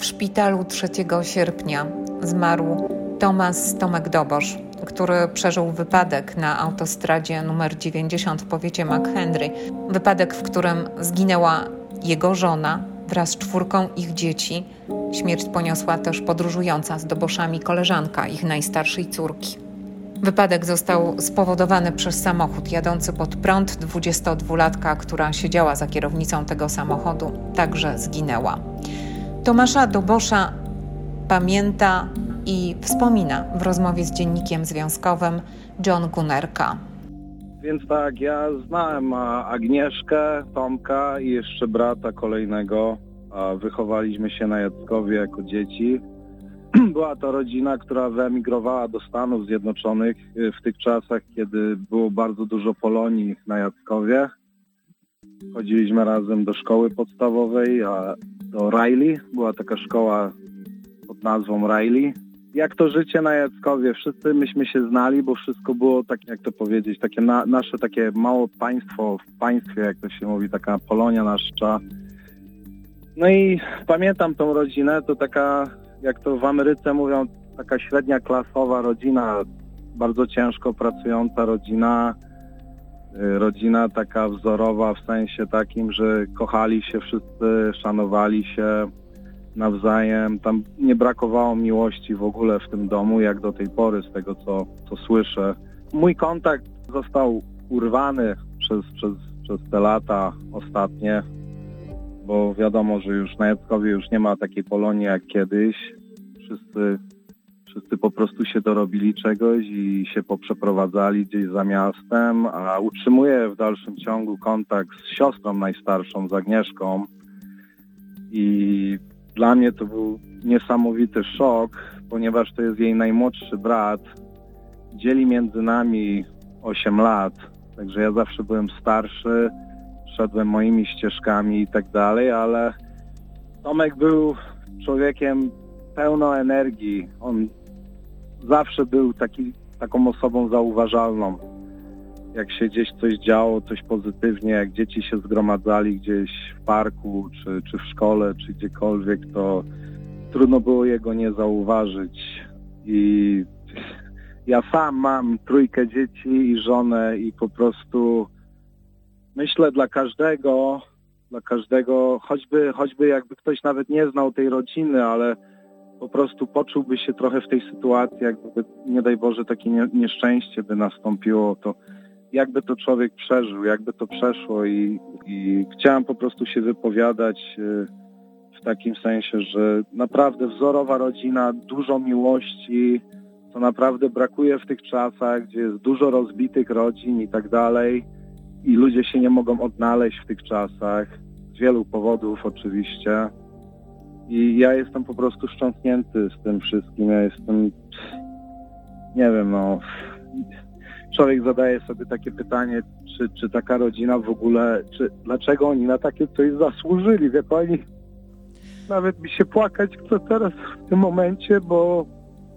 W szpitalu 3 sierpnia zmarł Tomek Dobosz, który przeżył wypadek na autostradzie numer 90 w powiecie McHenry. Wypadek, w którym zginęła jego żona wraz z 4 ich dzieci. Śmierć poniosła też podróżująca z Doboszami koleżanka ich najstarszej córki. Wypadek został spowodowany przez samochód jadący pod prąd. 22-latka, która siedziała za kierownicą tego samochodu, także zginęła. Tomasza Dobosza pamięta i wspomina w rozmowie z dziennikiem związkowym John Gunerka. Więc tak, ja znałem Agnieszkę, Tomka i jeszcze brata kolejnego. Wychowaliśmy się na Jackowie jako dzieci. Była to rodzina, która wyemigrowała do Stanów Zjednoczonych w tych czasach, kiedy było bardzo dużo Polonii na Jackowie. Chodziliśmy razem do szkoły podstawowej, a do Riley. Była taka szkoła pod nazwą Riley. Jak to życie na Jackowie? Wszyscy myśmy się znali, bo wszystko było, tak jak to powiedzieć, takie nasze takie małe państwo w państwie, jak to się mówi, taka Polonia nasza. No i pamiętam tą rodzinę, to taka, jak to w Ameryce mówią, taka średnia klasowa rodzina, bardzo ciężko pracująca rodzina. Rodzina taka wzorowa w sensie takim, że kochali się wszyscy, szanowali się nawzajem. Tam nie brakowało miłości w ogóle w tym domu, jak do tej pory z tego, co słyszę. Mój kontakt został urwany przez te lata ostatnie, bo wiadomo, że już na Jackowie już nie ma takiej Polonii jak kiedyś. Wszyscy po prostu się dorobili czegoś i się poprzeprowadzali gdzieś za miastem, a utrzymuję w dalszym ciągu kontakt z siostrą najstarszą, z Agnieszką. I dla mnie to był niesamowity szok, ponieważ to jest jej najmłodszy brat. Dzieli między nami 8 lat, także ja zawsze byłem starszy, szedłem moimi ścieżkami i tak dalej, ale Tomek był człowiekiem pełno energii. On zawsze był taką osobą zauważalną. Jak się gdzieś coś działo, coś pozytywnie, jak dzieci się zgromadzali gdzieś w parku, czy w szkole, czy gdziekolwiek, to trudno było jego nie zauważyć. I ja sam mam 3 dzieci i żonę i po prostu myślę dla każdego, choćby jakby ktoś nawet nie znał tej rodziny, ale po prostu poczułby się trochę w tej sytuacji, jakby nie daj Boże takie nieszczęście by nastąpiło, to jakby to człowiek przeżył, jakby to przeszło i chciałem po prostu się wypowiadać w takim sensie, że naprawdę wzorowa rodzina, dużo miłości, to naprawdę brakuje w tych czasach, gdzie jest dużo rozbitych rodzin i tak dalej i ludzie się nie mogą odnaleźć w tych czasach, z wielu powodów oczywiście. I ja jestem po prostu wstrząsnięty z tym wszystkim. Ja jestem, nie wiem, człowiek zadaje sobie takie pytanie, czy taka rodzina w ogóle, dlaczego oni na takie coś zasłużyli, wie pani? Nawet mi się płakać chce teraz w tym momencie, bo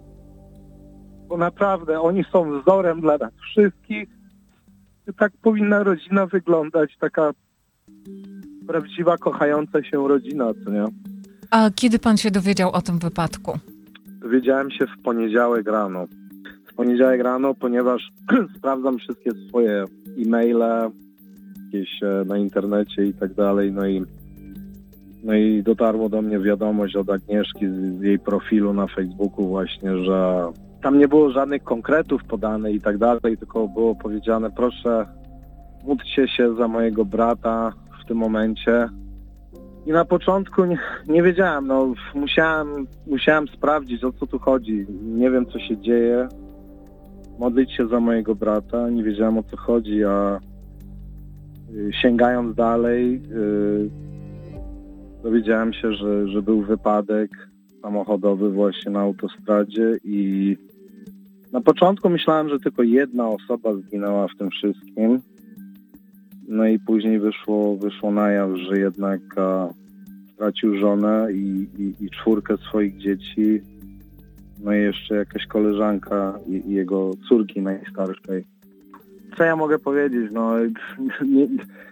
naprawdę oni są wzorem dla nas wszystkich. Tak powinna rodzina wyglądać, taka prawdziwa, kochająca się rodzina, co nie? A kiedy pan się dowiedział o tym wypadku? Dowiedziałem się w poniedziałek rano, ponieważ sprawdzam wszystkie swoje e-maile, jakieś na internecie i tak dalej, no i dotarło do mnie wiadomość od Agnieszki z jej profilu na Facebooku właśnie, że tam nie było żadnych konkretów podanych i tak dalej, tylko było powiedziane, proszę, módlcie się za mojego brata w tym momencie. I na początku nie wiedziałem, musiałem sprawdzić, o co tu chodzi. Nie wiem, co się dzieje. Modlić się za mojego brata, nie wiedziałem, o co chodzi, a sięgając dalej, dowiedziałem się, że był wypadek samochodowy właśnie na autostradzie i na początku myślałem, że tylko jedna osoba zginęła w tym wszystkim. No i później wyszło na jaw, że jednak stracił żonę i 4 swoich dzieci, no i jeszcze jakaś koleżanka i jego córki najstarszej. Co ja mogę powiedzieć?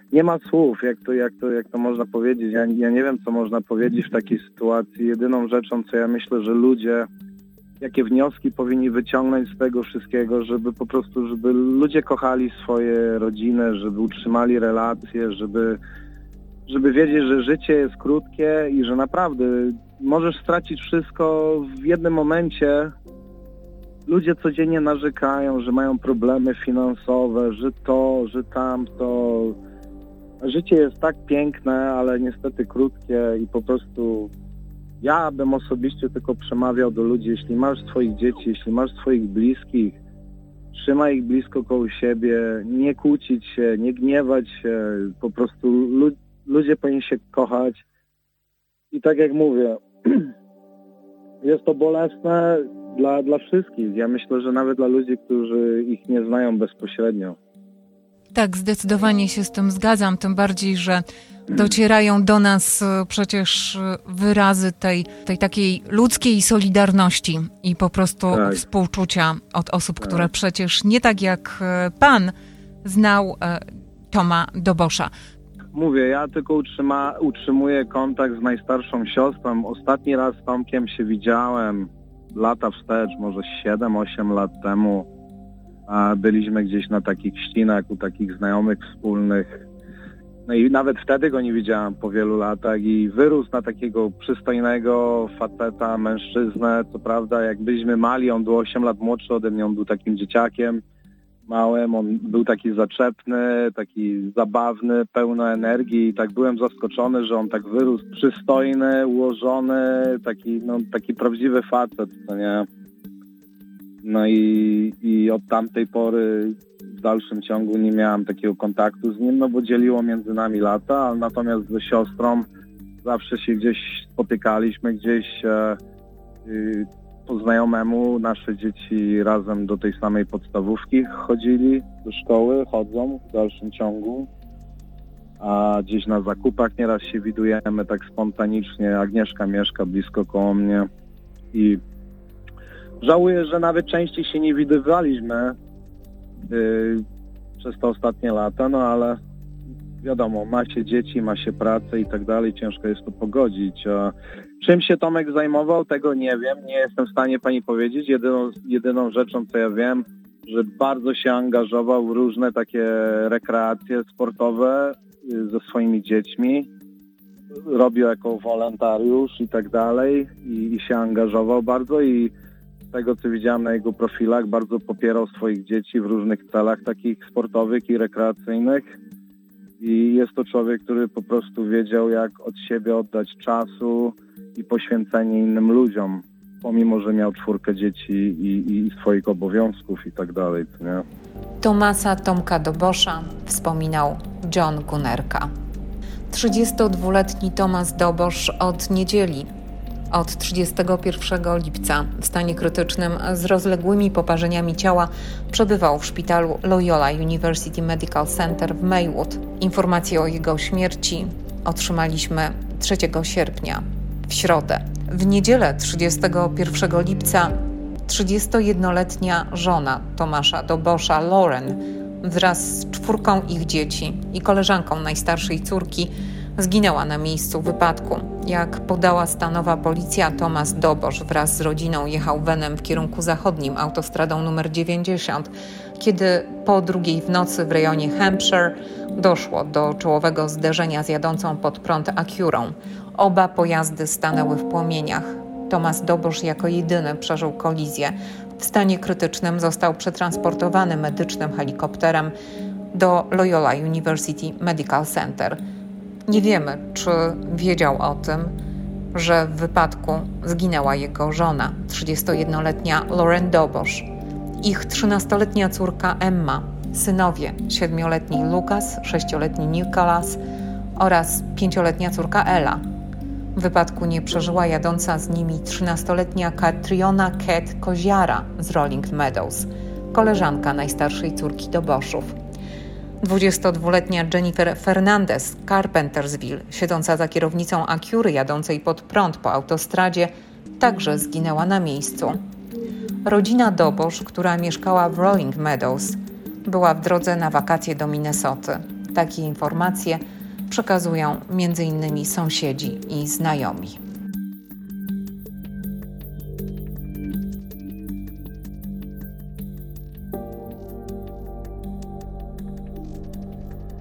nie ma słów, jak to można powiedzieć. Ja nie wiem, co można powiedzieć w takiej sytuacji. Jedyną rzeczą, co ja myślę, że ludzie, jakie wnioski powinni wyciągnąć z tego wszystkiego, żeby ludzie kochali swoje rodziny, żeby utrzymali relacje, żeby wiedzieć, że życie jest krótkie i że naprawdę możesz stracić wszystko w jednym momencie. Ludzie codziennie narzekają, że mają problemy finansowe, że to, że tamto. Życie jest tak piękne, ale niestety krótkie i po prostu ja bym osobiście tylko przemawiał do ludzi, jeśli masz swoich dzieci, jeśli masz swoich bliskich, trzymaj ich blisko koło siebie, nie kłócić się, nie gniewać się, po prostu ludzie powinni się kochać. I tak jak mówię, jest to bolesne dla wszystkich. Ja myślę, że nawet dla ludzi, którzy ich nie znają bezpośrednio. Tak, zdecydowanie się z tym zgadzam, tym bardziej, że docierają do nas przecież wyrazy tej takiej ludzkiej solidarności i po prostu współczucia od osób, które przecież nie tak jak pan znał Toma Dobosza. Mówię, ja tylko utrzymuję kontakt z najstarszą siostrą. Ostatni raz z Tomkiem się widziałem lata wstecz, może 7-8 lat temu. Byliśmy gdzieś na takich ścinach u takich znajomych wspólnych. No i nawet wtedy go nie widziałem po wielu latach i wyrósł na takiego przystojnego faceta, mężczyznę. Co prawda jak byliśmy mali, on był 8 lat młodszy ode mnie, on był takim dzieciakiem małym, on był taki zaczepny, taki zabawny, pełny energii i tak byłem zaskoczony, że on tak wyrósł, przystojny, ułożony, taki prawdziwy facet, co nie? No i od tamtej pory w dalszym ciągu nie miałem takiego kontaktu z nim, no bo dzieliło między nami lata, natomiast ze siostrą zawsze się gdzieś spotykaliśmy, gdzieś po znajomemu nasze dzieci razem do tej samej podstawówki chodzili, do szkoły chodzą w dalszym ciągu, a gdzieś na zakupach nieraz się widujemy tak spontanicznie. Agnieszka mieszka blisko koło mnie i żałuję, że nawet częściej się nie widywaliśmy przez te ostatnie lata, no ale wiadomo, ma się dzieci, ma się pracę i tak dalej, ciężko jest to pogodzić. Czym się Tomek zajmował, tego nie wiem, nie jestem w stanie pani powiedzieć. Jedyną rzeczą, co ja wiem, że bardzo się angażował w różne takie rekreacje sportowe ze swoimi dziećmi. Robił jako wolontariusz i tak dalej i się angażował bardzo i z tego, co widziałem na jego profilach, bardzo popierał swoich dzieci w różnych celach takich sportowych i rekreacyjnych. I jest to człowiek, który po prostu wiedział, jak od siebie oddać czasu i poświęcenie innym ludziom, pomimo że miał 4 dzieci i swoich obowiązków i tak dalej, nie? Tomka Dobosza wspominał John Gunerka. 32-letni Tomasz Dobosz od niedzieli, od 31 lipca w stanie krytycznym z rozległymi poparzeniami ciała przebywał w szpitalu Loyola University Medical Center w Maywood. Informację o jego śmierci otrzymaliśmy 3 sierpnia, w środę. W niedzielę 31 lipca 31-letnia żona Tomasza Dobosza, Lauren, wraz z 4 ich dzieci i koleżanką najstarszej córki zginęła na miejscu wypadku. Jak podała stanowa policja, Tomasz Dobosz wraz z rodziną jechał Venem w kierunku zachodnim autostradą nr 90, kiedy po 2 w nocy w rejonie Hampshire doszło do czołowego zderzenia z jadącą pod prąd Acurą. Oba pojazdy stanęły w płomieniach. Tomasz Dobosz jako jedyny przeżył kolizję. W stanie krytycznym został przetransportowany medycznym helikopterem do Loyola University Medical Center. Nie wiemy, czy wiedział o tym, że w wypadku zginęła jego żona, 31-letnia Lauren Dobosz, ich 13-letnia córka Emma, synowie 7-letni Lucas, 6-letni Nicholas oraz 5-letnia córka Ella. W wypadku nie przeżyła jadąca z nimi 13-letnia Catriona Cat Koziara z Rolling Meadows, koleżanka najstarszej córki Doboszów. 22-letnia Jennifer Fernandez z Carpentersville, siedząca za kierownicą Acury jadącej pod prąd po autostradzie, także zginęła na miejscu. Rodzina Dobosz, która mieszkała w Rolling Meadows, była w drodze na wakacje do Minnesoty. Takie informacje przekazują m.in. sąsiedzi i znajomi.